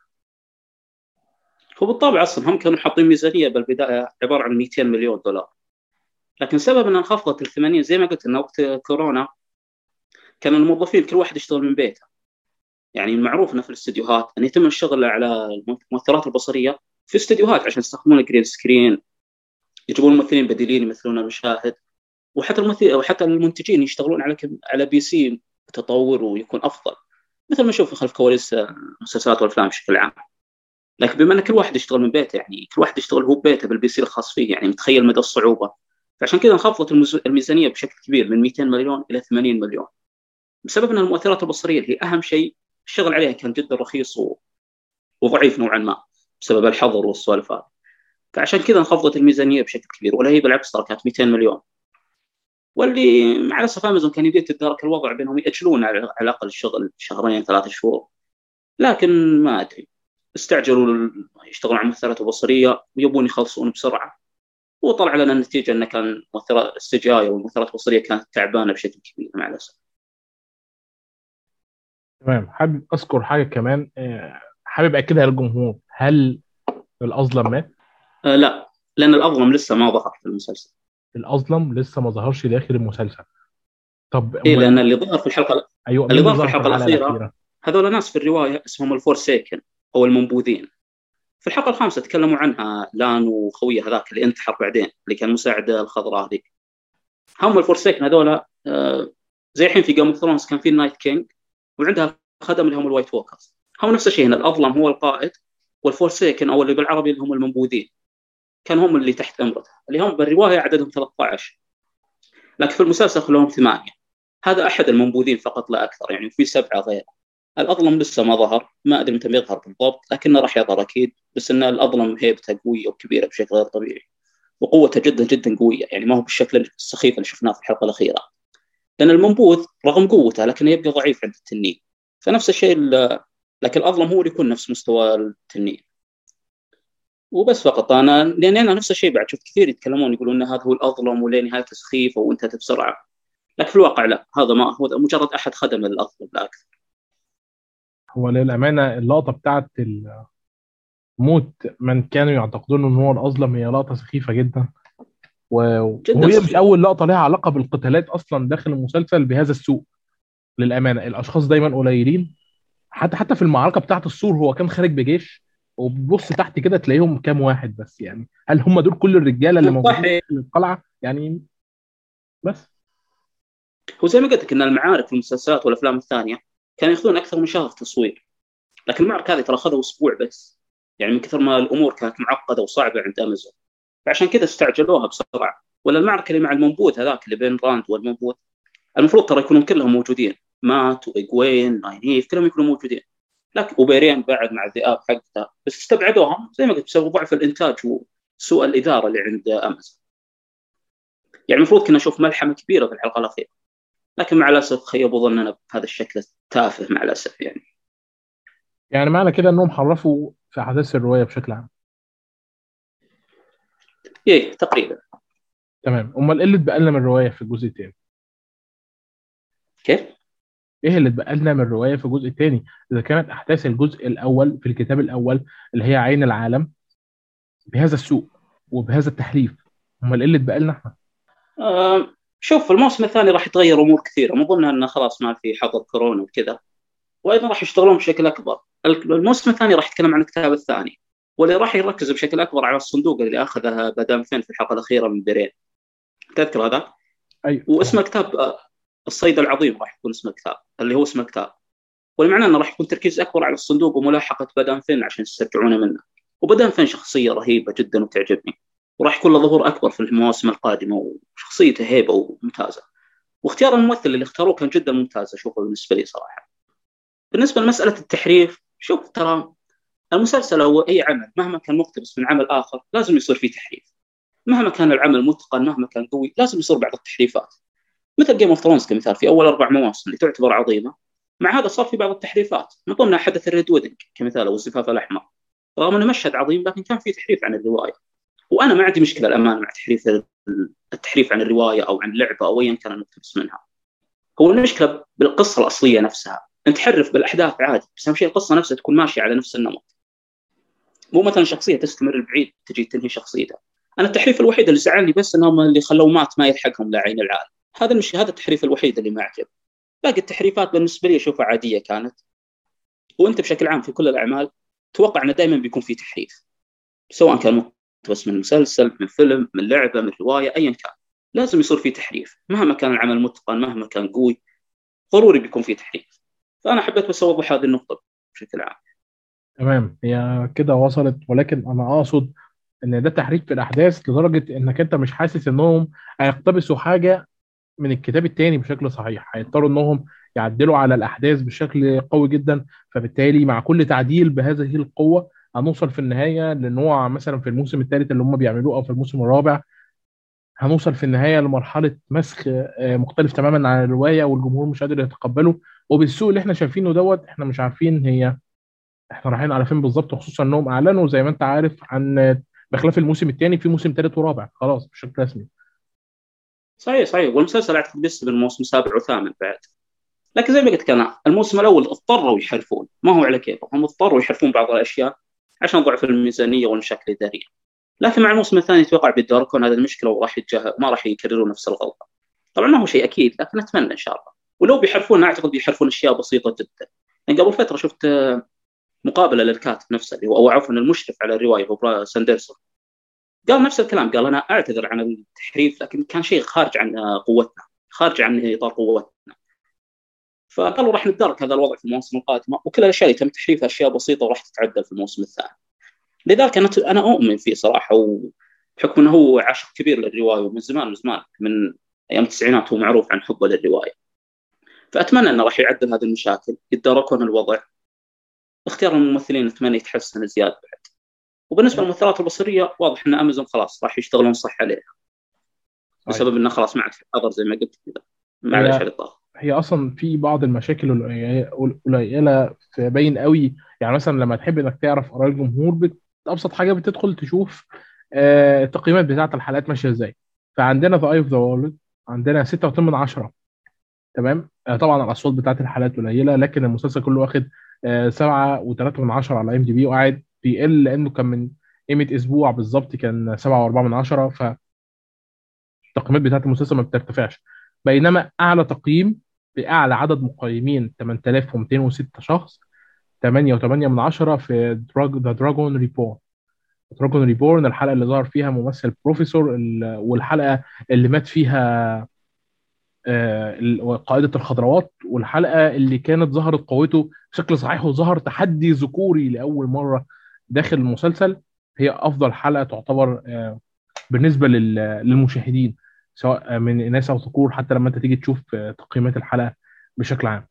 هو بالطبع أصلا هم كانوا حاطين ميزانية بالبداية عبارة عن مئتين مليون دولار، لكن سبب أن انخفضت ل ثمانين زي ما قلت أن وقت كورونا كان الموظفين كل واحد يشتغل من بيته. يعني المعروف أنه في الاستديوهات أن يتم الشغل على المؤثرات البصرية في استديوهات عشان يستخدمون الجرين سكرين، يجيبون ممثلين بديلين يمثلون المشاهد، وحتى الممثل وحتى المنتجين يشتغلون على كم... على بي سي متطور ويكون افضل، مثل ما نشوف خلف كواليس المسلسلات والافلام بشكل عام. لكن بما ان كل واحد يشتغل من بيته، يعني كل واحد يشتغل هو ببيته بالبي سي الخاص فيه، يعني متخيل مدى الصعوبه. فعشان كذا انخفضت المز... الميزانيه بشكل كبير من مئتين مليون الى ثمانين مليون، بسبب ان المؤثرات البصريه اللي هي اهم شيء الشغل عليها كان جدا رخيص و... وضعيف نوعا ما بسبب الحظر والسوالف هذه. فعشان كذا انخفضت الميزانيه بشكل كبير، ولا هي بالعكس ترى كانت مئتين مليون. واللي مع الاسف امازون كان يدير تدارك الوضع بانهم ياجلون على الاقل الشغل شهرين ثلاثة شهور، لكن ما ادري استعجلوا يشتغلون على مؤثرات بصريه ويبون يخلصون بسرعه، وطلع لنا النتيجه انه كان مؤثرات السي جي اي والمؤثرات البصريه كانت تعبانه بشكل كبير مع الاسف. تمام. حابب اذكر حاجه كمان، آه، حابب اكدها للجمهور. هل الاظلم مات؟ آه لا، لان الاظلم لسه ما ظهر في المسلسل. الاظلم لسه ما ظهرش داخل المسلسل. طب اي لان امال؟ اللي ظهر في الحلقه ايوه، اللي مين اللي ظهر في ظهر في الحلقه الحلقه الاخيره الاخيره؟ هذول ناس في الروايه اسمهم الفورسيكن او المنبوذين. في الحلقه الخامسه تكلموا عنها لان وخويه هذاك اللي انتحر بعدين، اللي كان مساعد الخضراء هذيك. هم الفورسيكن هذول آه زي الحين في جيم اوف ثرونز كان في النايت كينج وعندها خدم اللي هم الوايت ووكرز. هم نفس الشيء هنا، الاظلم هو القائد، والفورسيكن او اللي بالعربي اللي هم المنبوذين كان هم اللي تحت امرته، اللي هم بالروايه عددهم ثلاثة عشر لكن في المسلسل خلوهم ثمانيه. هذا احد المنبوذين فقط لا اكثر، يعني في سبعه غيره. الاظلم لسه ما ظهر، ما ادري متى بيظهر بالضبط، لكنه راح يظهر اكيد. بس ان الاظلم هيبته قويه وكبيره بشكل غير طبيعي، وقوته جدا جدا قويه، يعني ما هو بالشكل السخيف اللي شفناه في الحلقه الاخيره. لان المنبوذ رغم قوته لكنه يبقى ضعيف عند التنين، فنفس الشيء. لكن الاظلم هو اللي يكون نفس مستوى التنين وبس فقط. انا لان انا نفس الشيء بعد شفت كثير يتكلمون يقولون ان هذا هو الاظلم ولين نهايته سخيفه وانتهت بسرعه، لكن في الواقع لا، هذا ما هو مجرد احد خدم الاظلم لا اكثر. هو للامانه اللقطه بتاعت موت من كانوا يعتقدون ان هو الاظلم هي لقطه سخيفه جدا، و- جدا وهي مش سخيف. اول لقطه لها علاقه بالقتالات اصلا داخل المسلسل بهذا السوء. للامانه الاشخاص دايما قليلين. حتى حتى في المعركه بتاعت السور هو كان خارج بجيش، وبص تحت كده تلاقيهم كام واحد بس. يعني هل هم دول كل الرجاله اللي موجودين صحيح. في القلعه يعني؟ بس هو زي ما قلت لك ان المعارك في المسلسلات والافلام الثانيه كانوا ياخذون اكثر من شهر تصوير، لكن المعركه هذه ترى اخذوا اسبوع بس، يعني من كثر ما الامور كانت معقده وصعبه عند امازون، فعشان كذا استعجلوها بسرعه. ولا المعركه اللي مع المنبوذ هذاك اللي بين راند والمنبوذ المفروض ترى يكونون كلهم موجودين، مات وايجوين ناينيف كلهم يكونوا موجودين، لكن اوبيريان بعد مع الذئاب حقتها، بس استبعدوهم زي ما قلت بسبب ضعف الانتاج وسوء الاداره اللي عند امازون. يعني المفروض كنا نشوف ملحمه كبيره في الحلقه الاخيره، لكن مع الاسف خيبوا ظننا بهذا الشكل التافه مع الاسف يعني. يعني معنى كده انهم حرفوا في احداث الروايه بشكل عام. ايه تقريبا. تمام. امال ايه اللي اتبقى لنا من الروايه في الجزء الثاني؟ كيف؟ ايه اللي اتبقى لنا من الروايه في الجزء الثاني اذا كانت احداث الجزء الاول في الكتاب الاول اللي هي عين العالم بهذا السوء وبهذا التحريف؟ امال ايه اللي اتبقى لنا احنا؟ آه شوف، في الموسم الثاني راح يتغير امور كثيره، من ضمنها انه خلاص ما في حظر كورونا وكذا، وايضا راح يشتغلون بشكل اكبر. الموسم الثاني راح يتكلم عن الكتاب الثاني، واللي راح يركز بشكل اكبر على الصندوق اللي اخذه بادام فين في الحلقه الاخيره من بيرين. تذكر هذا؟ ايوه واسم طبعا. الكتاب آه، الصيد العظيم راح يكون اسم الكتاب، اللي هو اسم الكتاب، واللي معناه انه راح يكون تركيز اكبر على الصندوق وملاحقه بادام فين عشان يسترجعونه منه. وبادام فين شخصيه رهيبه جدا وتعجبني، وراح يكون له ظهور اكبر في المواسم القادمه، وشخصيته هيبه وممتازه. واختيار الممثل اللي اختاروه كان جدا ممتاز اشوفه بالنسبه لي صراحه. بالنسبه لمساله التحريف، شوف ترى المسلسل او اي عمل مهما كان مقتبس من عمل اخر لازم يصير فيه تحريف. مهما كان العمل متقن مهما كان قوي لازم يصير بعض التحريفات. مثل جيم اوف ثرونز كمثال، في اول اربع مواسم اللي تعتبر عظيمه، مع هذا صار في بعض التحريفات، من ضمنها حدث الريد ويدنج كمثال او الزفاف الاحمر. رغم انه مشهد عظيم لكن كان في تحريف عن الروايه. وانا ما عندي مشكله الامانه مع تحريف التحريف عن الروايه او عن لعبه او ايا كان المقتبس منها. هو المشكله بالقصه الاصليه نفسها، انت تحرف بالاحداث عادي، بس اهم شيء القصه نفسها تكون ماشيه على نفس النمط، مو مثلا شخصيه تستمر بعيد تجي تنهي شخصيتها. انا التحريف الوحيد اللي زعلني بس انهم اللي خلوا مات ما يلحقهم لعين العالم، هذا مش هذا التحريف الوحيد اللي ما عجب. باقي التحريفات بالنسبه لي اشوفها عاديه كانت. وانت بشكل عام في كل الاعمال توقع انه دائما بيكون في تحريف، سواء كان مقتبس من مسلسل من فيلم من لعبه من روايه ايا كان، لازم يصير في تحريف مهما كان العمل متقن مهما كان قوي، ضروري بيكون في تحريف. فانا حبيت بس اوضح هذه النقطه بشكل عام. تمام، هي كده وصلت، ولكن انا اقصد ان ده تحريف في الاحداث لدرجه انك انت مش حاسس انهم هيقتبسوا حاجه من الكتاب التاني بشكل صحيح. هيضطروا انهم يعدلوا على الاحداث بشكل قوي جدا، فبالتالي مع كل تعديل بهذه القوه هنوصل في النهايه لنوع مثلا في الموسم الثالث اللي هم بيعملوه او في الموسم الرابع، هنوصل في النهايه لمرحله مسخ آه، مختلف تماما عن الروايه والجمهور مش قادر يتقبله. وبالسوء اللي احنا شايفينه دوت احنا مش عارفين هي احنا رايحين على فين بالظبط، خصوصا انهم اعلنوا زي ما انت عارف عن بخلاف الموسم الثاني في موسم ثالث ورابع خلاص بشكل رسمي. صحيح صحيح، والمسلسل اعتقد بيستمر الموسم السابع وثامن بعد. لكن زي ما قلت انا الموسم الاول اضطروا يحرفون، ما هو على كيفهم، هم اضطروا يحرفون بعض الاشياء عشان ضعف الميزانيه والمشاكل الاداريه. لكن مع الموسم الثاني اتوقع بيتداركون هذه المشكله وراح يتجاهل، ما راح يكررون نفس الغلطه. طبعا ما هو شيء اكيد، لكن اتمنى ان شاء الله. ولو بيحرفون اعتقد بيحرفون اشياء بسيطه جدا. يعني قبل فتره شفت مقابله للكاتب نفسه اللي هو او عفوا المشرف على الروايه هو ساندرسون، قال نفس الكلام، قال انا اعتذر عن التحريف لكن كان شيء خارج عن قوتنا، خارج عن اطار قوتنا. فقالوا راح نتدارك هذا الوضع في المواسم القادمه، وكل الاشياء اللي تم تحريفها اشياء بسيطه وراح تتعدل في الموسم الثاني. لذلك انا انا اؤمن فيه صراحه، وبحكم انه هو عاشق كبير للروايه ومن زمان من زمان من ايام التسعينات هو معروف عن حبه للروايه. فاتمنى انه راح يعدل هذه المشاكل، يتداركون الوضع. اختيار الممثلين اتمنى يتحسن زياده بعد. وبالنسبه للمؤثرات البصريه واضح ان امازون خلاص راح يشتغلون صح عليها، طيب. بسبب انه خلاص ما عاد في حظر زي ما قلت كذا. معلش هي على الضغط. هي اصلا في بعض المشاكل القليله القليلة في باين قوي. يعني مثلا لما تحب انك تعرف اراء الجمهور بت... ابسط حاجه بتدخل تشوف آه، التقييمات بتاعه الحلقات ماشيه ازاي. فعندنا ذا اي اوف ذا وورلد عندنا ستة وثمانية من عشرة. تمام. آه، طبعا الاصوات بتاعت الحلقات قليله لكن المسلسل كله واخد آه، سبعة وثلاثة من عشرة على ام دي بي، وقاعد بيقل لانه كان من قيمه اسبوع بالظبط كان سبعة وأربعة من عشرة. فالتقييمات بتاعت المسلسل ما بترتفعش. بينما اعلى تقييم باعلى عدد مقيمين ثمانية آلاف ومئتين وستة شخص ثمانية وثمانية من عشرة في ذا دراجون ريبورن. دراجون ريبورن الحلقه اللي ظهر فيها ممثل بروفيسور ال- والحلقه اللي مات فيها آه، ال- قائدة الخضروات، والحلقة اللي كانت ظهرت قوته بشكل صحيح وظهر تحدي ذكوري لأول مرة داخل المسلسل. هي أفضل حلقة تعتبر آه، بالنسبة لل- للمشاهدين سواء من إناث أو ذكور، حتى لما أنت تيجي تشوف آه، تقييمات الحلقة بشكل عام.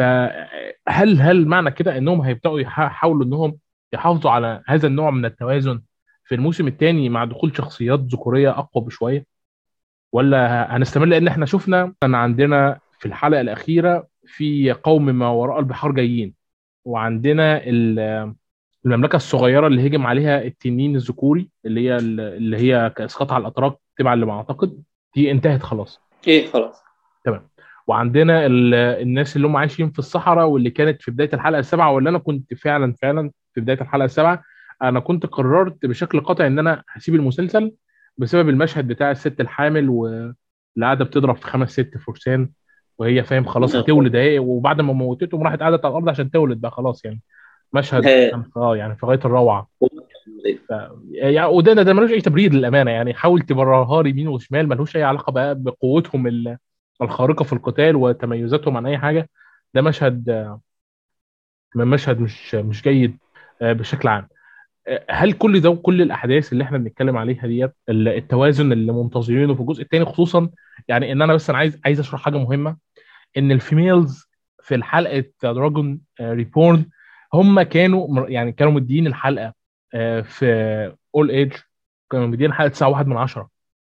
فهل هل معنى كده إنهم هيبدأوا يح- يحاولوا إنهم يحافظوا على هذا النوع من التوازن في الموسم الثاني مع دخول شخصيات ذكورية أقوى بشوية، ولا هنستمر؟ لان احنا شفنا ان عندنا في الحلقه الاخيره في قوم ما وراء البحار جايين، وعندنا ال- المملكه الصغيره اللي هجم عليها التنين الذكوري اللي هي اللي هي كاسقاط على الاتراك تبعا لما اعتقد دي انتهت خلاص. ايه خلاص. تمام. وعندنا ال- الناس اللي هم عايشين في الصحراء واللي كانت في بدايه الحلقه السابعه، واللي انا كنت فعلا فعلا في بدايه الحلقه السابعه انا كنت قررت بشكل قاطع ان انا هسيب المسلسل بسبب المشهد بتاع الست الحامل واللي قاعده بتضرب في خمس ست فرسان وهي فاهم خلاص هتولد اهي، وبعد ما موتتهم راحت قعدت على الارض عشان تولد بقى خلاص يعني. مشهد إيه. كان اه يعني في غايه الروعه. ف... يعني وده ده ملوش اي تبرير للامانه، يعني حاول تبررها لي يمين وشمال ملوش اي علاقه بقى بقوتهم ال- الخارقه في القتال وتميزاتهم عن اي حاجه. ده مشهد من مشهد مش مش جيد آه، بشكل عام. آه، هل كل ده وكل الاحداث اللي احنا بنتكلم عليها ديت ال- التوازن اللي منتظرينه في الجزء الثاني خصوصا؟ يعني ان انا بس انا عايز عايز اشرح حاجه مهمه، ان الفيميلز في الحلقه دراجون ريبورن هم كانوا مر- يعني كانوا مدين الحلقه آه، في اول ايج كانوا مدين الحلقه تسعة وواحد من عشرة.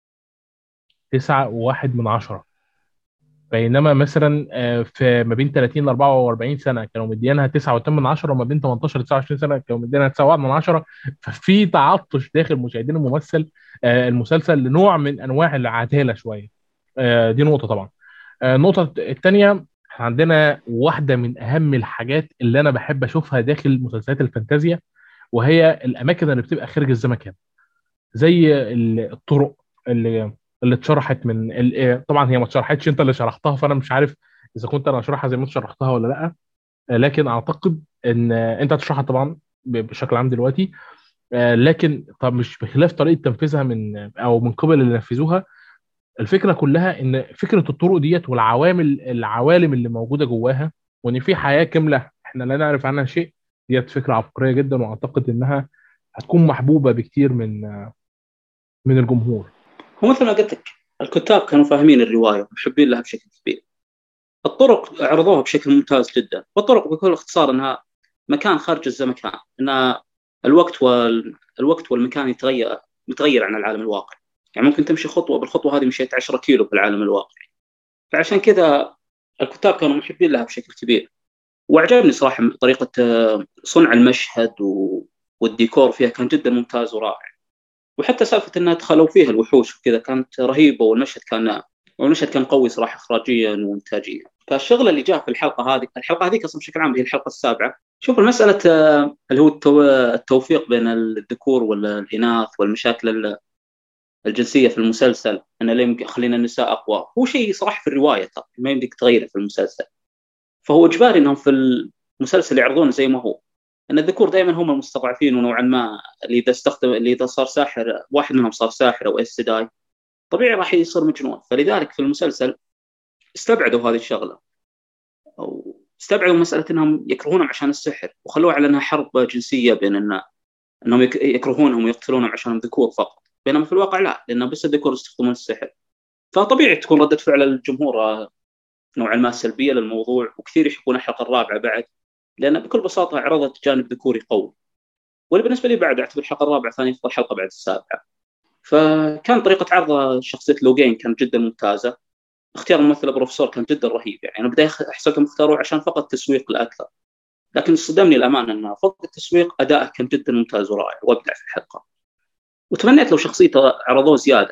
تسعة وواحد من عشرة. بينما مثلا آه، في ما بين ثلاثين ل أربعة وأربعين سنه كانوا مدينها تسعة وثمانية من عشرة، وما بين تمنتاشر ل تسعة وعشرين سنه كانوا مدينها تسعة وواحد من عشرة. ففي تعطش داخل مشاهدين الممثل آه، المسلسل لنوع من انواع العداله شويه. آه، دي نقطه طبعا. آه، النقطه الثانيه، عندنا واحده من اهم الحاجات اللي انا بحب اشوفها داخل مسلسلات الفانتازيا، وهي الاماكن اللي بتبقى خارج الزمكان زي ال- الطرق اللي اللي اتشرحت من ال- إيه، طبعا هي ما اتشرحتش، انت اللي شرحتها فانا مش عارف اذا كنت انا اشرحها زي ما انت شرحتها ولا لا. آه، لكن اعتقد ان آه، انت هتشرحها طبعا ب- بشكل عام دلوقتي. آه، لكن طب مش بخلاف طريقه تنفيذها من او من قبل اللي نفذوها. الفكره كلها ان فكره الطرق ديت والعوامل العوالم اللي موجوده جواها، وان في حياه كامله احنا لا نعرف عنها شيء. ديت فكره عبقريه جدا، واعتقد انها هتكون محبوبه بكتير من من الجمهور. هو مثل ما قلت لك الكتاب كانوا فاهمين الروايه ومحبين لها بشكل كبير. الطرق عرضوها بشكل ممتاز جدا، والطرق بكل اختصار انها مكان خارج الزمكان، انها الوقت وال... الوقت والمكان يتغير متغير عن العالم الواقعي. يعني ممكن تمشي خطوة، بالخطوة هذه مشيت عشرة كيلو في العالم الواقعي. فعشان كذا الكتاب كانوا محبين لها بشكل كبير. وأعجبني صراحة طريقة آه، صنع المشهد و... والديكور فيها كان جدا ممتاز ورائع. وحتى سالفة أنها دخلوا فيها الوحوش وكذا كانت رهيبة، والمشهد كان والمشهد كان قوي صراحة إخراجيا وإنتاجيا. فالشغل اللي جاء في الحلقة هذه الحلقة هذه أصلا بشكل عام هي الحلقة السابعة. شوف المسألة آه، اللي هو التو... التوفيق بين الذكور والإناث والمشاكل الجنسية في المسلسل، أن لا يمكن خلينا النساء أقوى، هو شيء صراحة في الرواية ترى ما يمديك تغيره في المسلسل. فهو إجباري أنهم في المسلسل يعرضون زي ما هو، أن الذكور دائما هم المستضعفين، ونوعا ما اللي إذا استخدم اللي إذا صار ساحر، واحد منهم صار ساحر أو إس داي طبيعي راح يصير مجنون. فلذلك في المسلسل استبعدوا هذه الشغلة، أو استبعدوا مسألة أنهم يكرهونهم عشان السحر، وخلوها على أنها حرب جنسية بين أن أنهم يكرهونهم ويقتلونهم عشان الذكور فقط، بينما في الواقع لا، لأن بس الذكور يستخدمون السحر. فطبيعي تكون ردة فعل الجمهور نوعا ما سلبية للموضوع، وكثير يحبون الحلقة الرابعة بعد، لأن بكل بساطة عرضت جانب ذكوري قوي. واللي بالنسبة لي بعد أعتبر الحلقة الرابعة ثاني أفضل حلقة بعد السابعة. فكان طريقة عرض شخصية لوجين كانت جدا ممتازة. اختيار الممثل البروفيسور كان جدا رهيب. يعني أنا بداية أحسبهم اختاروه عشان فقط تسويق الأكثر، لكن صدمني الأمانة أنه فوق التسويق أداءه كان جدا ممتاز ورائع وأبدع في الحلقة. وتمنيت لو شخصيته عرضوه زيادة،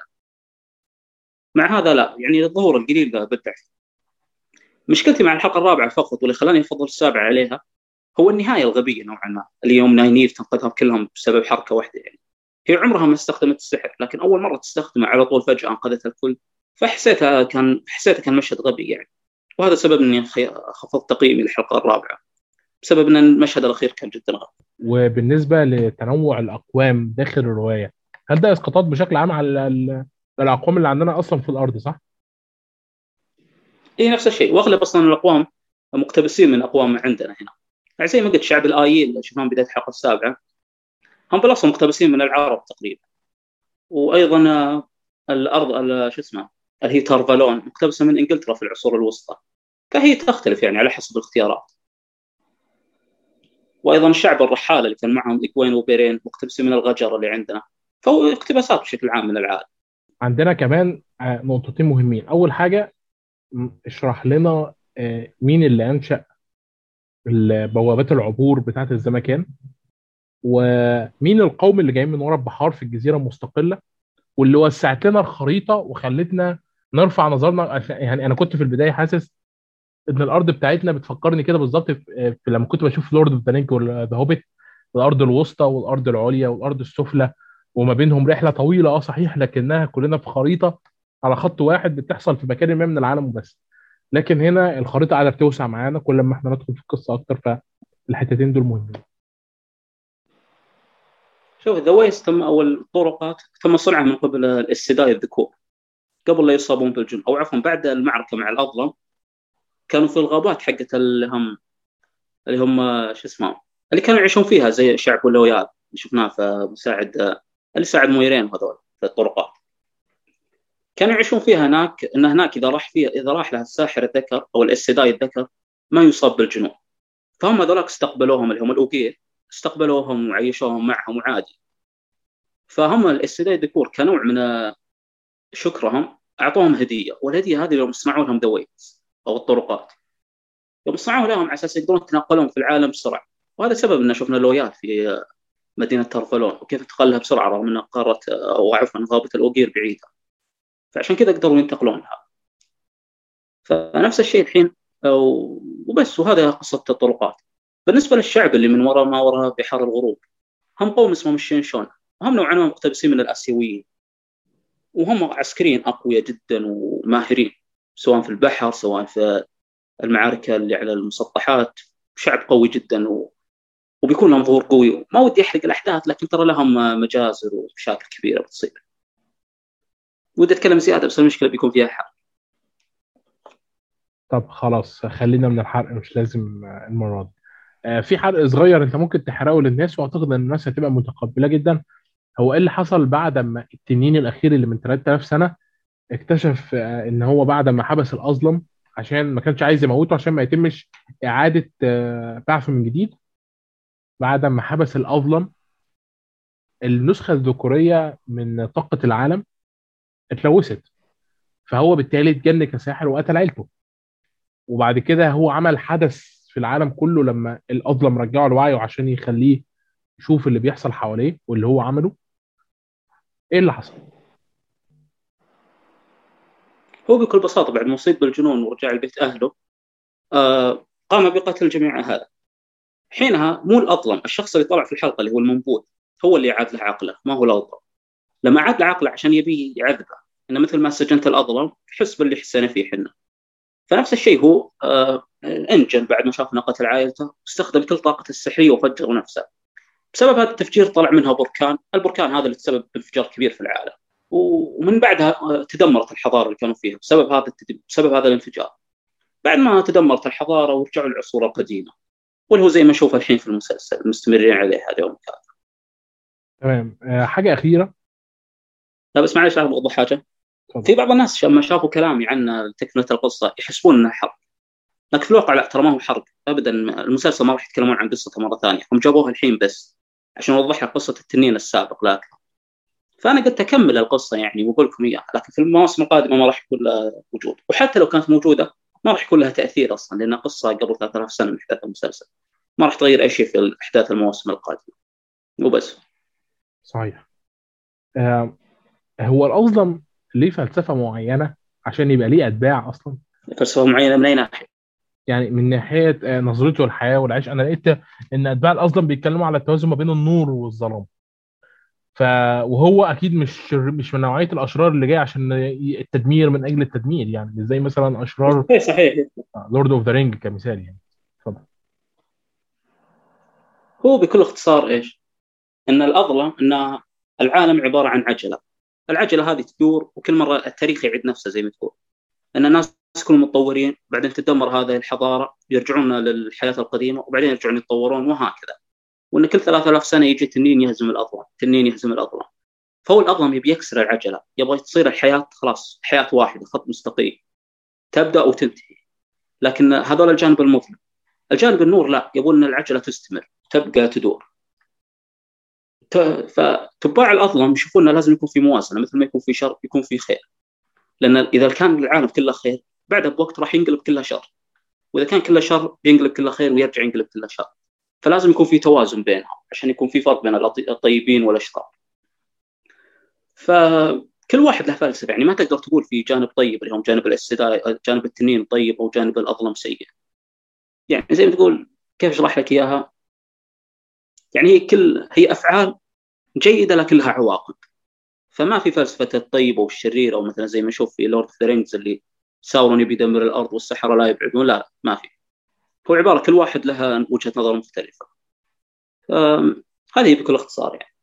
مع هذا لا، يعني الظهور القليل بدع. مشكلتي مع الحلقة الرابعة فقط واللي خلاني أفضل السابعة عليها هو النهاية الغبية نوعا ما، اللي يوم ناينيف تنقذهم كلهم بسبب حركة واحدة. يعني هي عمرها ما استخدمت السحر، لكن أول مرة تستخدمه على طول فجأة أنقذت الكل. فحسيتها كان حسيتها كان مشهد غبي يعني. وهذا سبب إني خفضت تقييمي للحلقة الرابعة، بسبب أن المشهد الأخير كان جدا غبي. وبالنسبة لتنوع الأقوام داخل الرواية، هل ده إسقاطات بشكل عام على ال- الأقوام اللي عندنا أصلا في الأرض، صح؟ إيه نفس الشيء، وأغلب أصلا الأقوام مقتبسين من أقوام عندنا هنا. يعني زي ما قلت شعب الآيين اللي شفناهم بداية الحلقة السابعة هم بالأصل مقتبسين من العرب تقريبا. وأيضا آه، الأرض ال- شو اسمه اللي هي تارفالون مقتبسة من إنجلترا في العصور الوسطى. فهي تختلف يعني على حسب الاختيارات. وأيضا الشعب الرحالة اللي كان معهم إكوين وبيرين مقتبسين من الغجر اللي عندنا. فهو اقتباسات بشكل عام من العالم. عندنا كمان آه، نقطتين مهمين. أول حاجة، م- اشرح لنا آه، مين اللي أنشأ بوابات العبور بتاعة الزمكان، ومين القوم اللي جايين من ورا البحار في الجزيرة المستقلة، واللي وسعت لنا الخريطة وخلتنا نرفع نظرنا. يعني أنا كنت في البداية حاسس إن الأرض بتاعتنا بتفكرني كده بالظبط في في لما كنت بشوف لورد اوف ذا رينج وذا هوبيت، الأرض الوسطى والأرض العليا والأرض السفلى، وما بينهم رحلة طويلة اه صحيح، لكنها كلنا في خريطة على خط واحد بتحصل في مكان ما من العالم وبس. لكن هنا الخريطة قاعدة بتوسع معانا كل ما احنا ندخل في القصة أكتر، فالحتتين دول مهمين. شوف الذويس تم أو الطرقات تم صنعها من قبل الاستداء الذكور قبل لا يصابون بالجن، أو عفوا بعد المعركة مع الأظلم. كانوا في الغابات حقت اللي هم اللي هم شو اسمه اللي كانوا يعيشون فيها زي شعب اللويال اللي شفناه في مساعد اللي ساعد مويرين هذول في الطرقات. كانوا يعيشون فيها هناك، ان هناك اذا راح فيها اذا راح لها الساحر الذكر او الاستداي الذكر ما يصاب بالجنون. فهم هذولك استقبلوهم اللي هم الاوغير، استقبلوهم وعيشوهم معهم وعادي. فهم الاستداي الذكور كنوع من شكرهم اعطوهم هديه، والهديه هذه يوم صنعوا لهم دويت او الطرقات، يوم صنعوا لهم على اساس يقدرون يتنقلون في العالم بسرعه. وهذا سبب ان شفنا لويات في مدينه تارفالون وكيف تقلها بسرعه رغم ان قاره او عفوا غابه الاوغير بعيده. فعشان كذا قدروا ينتقلون لها. فنفس الشيء الحين وبس. وهذا قصة الطرقات. بالنسبة للشعب اللي من وراء ما وراء بحار الغروب، هم قوم اسمهم الشينشون، هم نوعا ما مقتبسين من الآسيويين، وهم عسكريين أقوياء جدا وماهرين سواء في البحر سواء في المعارك اللي على المسطحات. شعب قوي جدا و... وبيكون لهم ظهور قوي. ما ودي أحرق الأحداث لكن ترى لهم مجازر ومشاكل كبيرة بتصير. ودي أتكلم زيادة بس المشكلة بيكون فيها حرق. طب خلاص خلينا من الحرق، مش لازم آه، المرة دي. آه، في حرق صغير انت ممكن تحرقه للناس واعتقد ان الناس هتبقى متقبلة جدا. هو ايه اللي حصل بعد ما التنين الاخير اللي من ثلاثة آلاف سنة اكتشف آه، ان هو بعد ما حبس الاظلم عشان ما كانش عايز يموته عشان ما يتمش اعادة آه، بعثه من جديد. بعد ما حبس الاظلم النسخه الذكوريه من طاقه العالم اتلوثت، فهو بالتالي اتجن كساحر وقتل عيلته. وبعد كده هو عمل حدث في العالم كله لما الاظلم رجعه لوعيه عشان يخليه يشوف اللي بيحصل حواليه واللي هو عمله. ايه اللي حصل؟ هو بكل بساطة بعد ما أصيب بالجنون ورجع لبيت أهله، آه قام بقتل جميع أهله. حينها مو الأظلم، الشخص اللي طلع في الحلقة اللي هو المنبوذ هو اللي عاد له عقله، ما هو الأظلم. لما عاد له عقله عشان يبيه يعذبه، إنه مثل ما سجنت الأظلم يحس باللي حسنا فيه حنا. فنفس الشيء هو آه انجن بعد ما شاف ناقة عائلته، واستخدم كل طاقته السحرية وفجر نفسه. بسبب هذا التفجير طلع منها بركان، البركان هذا اللي تسبب بانفجار كبير في العالم. ومن بعدها آه، تدمرت الحضارة اللي كانوا فيها بسبب هذا التدم... بسبب هذا الانفجار. بعد ما تدمرت الحضارة ورجعوا العصور القديمة، واللي هو زي ما نشوف الحين في المسلسل مستمرين عليه هذا يوم كان. تمام. آه حاجه اخيره. لا بس معلش أبغى أوضح حاجة. اتفضل. في بعض الناس لما شافوا كلامي عن تكملة القصة يحسبون انها حرق، لكن في الواقع لا، ترى ما هو حرق ابدا. المسلسل ما راح يتكلمون عن قصته مره ثانيه، هم جابوها الحين بس عشان اوضح لك قصه التنين السابق. لكن فانا قلت اكمل القصه يعني واقول لكم اياها، لكن في المواسم القادمه ما راح يكون لها وجود، وحتى لو كانت موجوده ما راح يكون لها تاثير اصلا، لانها قصه قبل ثلاثة آلاف سنه من احداث المسلسل. ما راح تغير اي شيء في احداث المواسم القادمه وبس. صحيح. آه هو الاظلم ليه فلسفه معينه عشان يبقى ليه اتباع اصلا؟ فلسفه معينه من اي ناحيه؟ يعني من ناحيه آه، نظرته للحياه والعيش. انا لقيت ان اتباع الاظلم بيتكلموا على التوازن ما بين النور والظلام. ف وهو اكيد مش شر- مش من نوعيه الاشرار اللي جاي عشان ي- التدمير من اجل التدمير، يعني مش زي مثلا اشرار اي صحيح. لورد اوف ذا رينج كمثال يعني. اتفضل. هو بكل اختصار ايش؟ ان الاظلم ان العالم عباره عن عجله، العجله هذه تدور وكل مره التاريخ يعيد نفسه زي ما تقول. ان الناس كلهم متطورين، بعدين تدمر هذه الحضاره يرجعون للحياه القديمه، وبعدين يرجعون يتطورون وهكذا. وان كل ثلاثة آلاف سنه يجي تنين يهزم الاظلم، تنين يهزم الاظلم. فهو الاظلم يبي يكسر العجله، يبغى تصير الحياه خلاص حياه واحده، خط مستقيم تبدا وتنتهي. لكن هذول الجانب المظلم. الجانب النور لا، يبون ان العجله تستمر تبقى تدور. فتباع الاظلم يشوفون انه لازم يكون في موازنه، مثل ما يكون في شر يكون في خير. لان اذا كان العالم كله خير بعدها بوقت راح ينقلب كله شر، واذا كان كله شر بينقلب كله خير ويرجع ينقلب كله شر. فلازم يكون في توازن بينهم عشان يكون في فرق بين الطيبين والاشرار. فكل واحد له فلسفه، يعني ما تقدر تقول في جانب طيب اللي هم جانب الاستداء، جانب التنين طيب او جانب الاظلم سيء. يعني زي ما تقول، كيف اشرح لك اياها؟ يعني هي كل هي افعال جيده لكن لها عواقب. فما في فلسفه الطيب او الشرير، او مثلا زي ما نشوف في لورد اوف ذا رينجز اللي ساورون يبي يدمر الارض والسحره لا يبعدون. لا ما في. هو عباره كل واحد لها وجهه نظر مختلفه. هذه بكل اختصار يعني.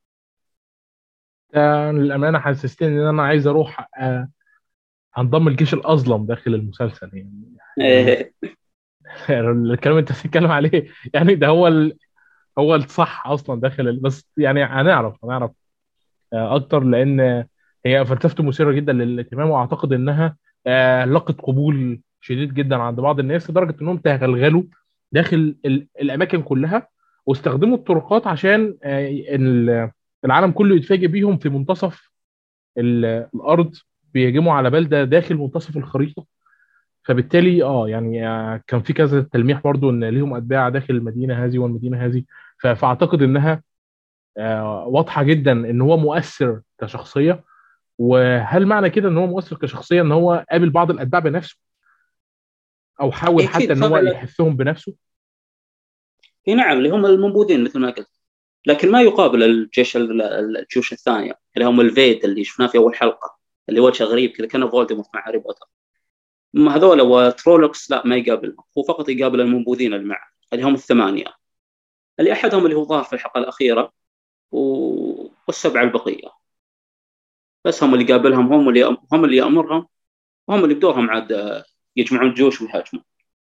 ده للامانه حسستني ان انا عايز اروح آه، انضم الجيش الاظلم داخل المسلسل يعني. يعني إيه. الكلام اللي انت بتتكلم عليه يعني ده هو ال... هو الصح اصلا داخل ال... بس يعني هنعرف هنعرف آه، اكتر، لان هي فلسفته مثيره جدا للاهتمام، واعتقد انها آه، لقت قبول شديد جدا عند بعض الناس لدرجه انهم تغلغلوا داخل ال- الاماكن كلها، واستخدموا الطرقات عشان آه، ال- العالم كله يتفاجئ بيهم في منتصف ال- الارض، بيهجموا على بلده داخل منتصف الخريطه. فبالتالي اه يعني آه، كان في كذا تلميح برضو ان ليهم اتباع داخل المدينه هذه والمدينه هذه. ف- فاعتقد انها آه، واضحه جدا ان هو مؤثر كشخصيه. وهل معنى كده ان هو مؤثر كشخصيه ان هو قابل بعض الاتباع بنفسه، او حاول إيه حتى اكيد ان هو تابع. يحثهم بنفسه؟ إيه نعم، اللي هم المنبوذين مثل ما قلت، لكن ما يقابل الجيش الجيوش الثانيه اللي هم الفيد اللي شفناه في اول حلقه، اللي وجهه غريب كذا كان فولدمورت مع هاري بوتر. اما هذول وترولوكس لا ما يقابلهم، هو فقط يقابل المنبوذين اللي معه اللي هم الثمانيه، اللي احدهم اللي هو ظهر في الحلقه الاخيره و... والسبعه البقيه. بس هم اللي قابلهم، هم اللي هم اللي يامرهم، وهم اللي بدورهم عاد يجمعون الجيوش ويهاجمون.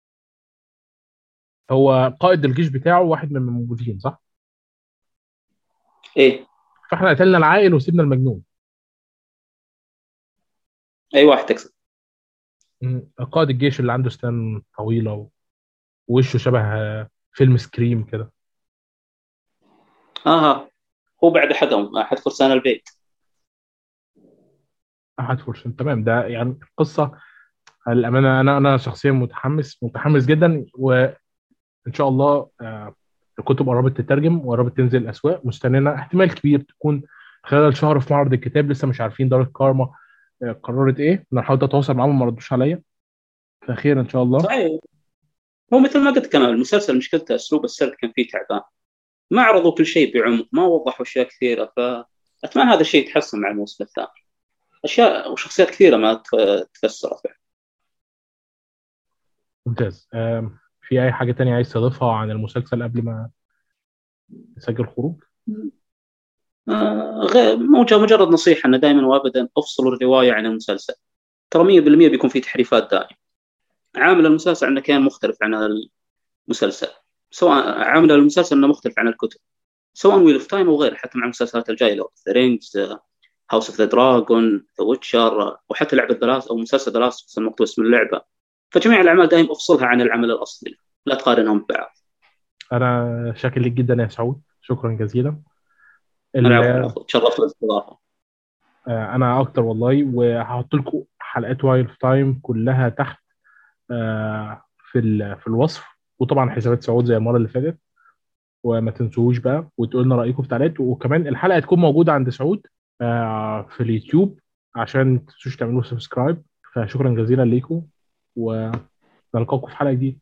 هو قائد الجيش بتاعه واحد من المنبوذين صح؟ ايه. فاحنا قتلنا العاقل وسيبنا المجنون. اي واحد تقصد؟ مم. قائد الجيش اللي عنده اسنان طويله ووشه شبه آه، فيلم سكريم كده. اها. هو بعد أحدهم أحد فرسان البيت. احد فرسان، تمام. ده يعني قصه، الامانه انا انا شخصيا متحمس متحمس جدا، وان شاء الله آه، الكتب قربت تترجم وقربت تنزل الاسواق، مستنينا احتمال كبير تكون خلال شهر في معرض الكتاب. لسه مش عارفين دار الكارما آه، قررت ايه. انا حاولت اتواصل معاهم ما ردوش عليا، فخير ان شاء الله. صحيح. هو مثل ما قلت، كان المسلسل مشكلته أسلوب السرد كان فيه تعبان، ما عرضوا كل شيء بعمق، ما وضحوا أشياء كثيرة. فأتمنى هذا الشيء يتحسن مع الموسم الثاني. أشياء وشخصيات كثيرة ما تف- تفسرت. ممتاز. آم، في اي حاجه تانية عايز تضيفها عن المسلسل قبل ما نسجل خروج؟ آه، غير موجة مجرد نصيحة أنه دائما وأبدا أفصلوا الرواية عن المسلسل. ترى مية بالمية بيكون في تحريفات دائما. عامل المسلسل عنه كان مختلف عن المسلسل، سواء عامل المسلسل انه مختلف عن الكتب، سواء ويل اوف تايم او غيره. حتى مع المسلسلات الجايه، لو ذا رينجز، هاوس اوف ذا دراجون، ذا ويتشر، وحتى لعبه ذا لاست او مسلسل ذا لاست المقتبس من اللعبه. فجميع الاعمال دائما افصلها عن العمل الاصلي، لا تقارنهم ببعض. انا شاكر لك جدا يا سعود، شكرا جزيلا. العفو، ال- العفو، تشرفت بالاستضافه. آه، انا اكتر والله، وهحط لكم حلقات وايلد تايم كلها تحت آه، في ال- في الوصف، وطبعا حسابات سعود زي المره اللي فاتت. وما تنسوش بقى وتقولوا لنا رايكم في التعليقات، وكمان الحلقه تكون موجوده عند سعود آه، في اليوتيوب، عشان ما تنسوش تعملوا سبسكرايب. فشكرا جزيلا ليكم، ونلقاكم في حلقه جديده.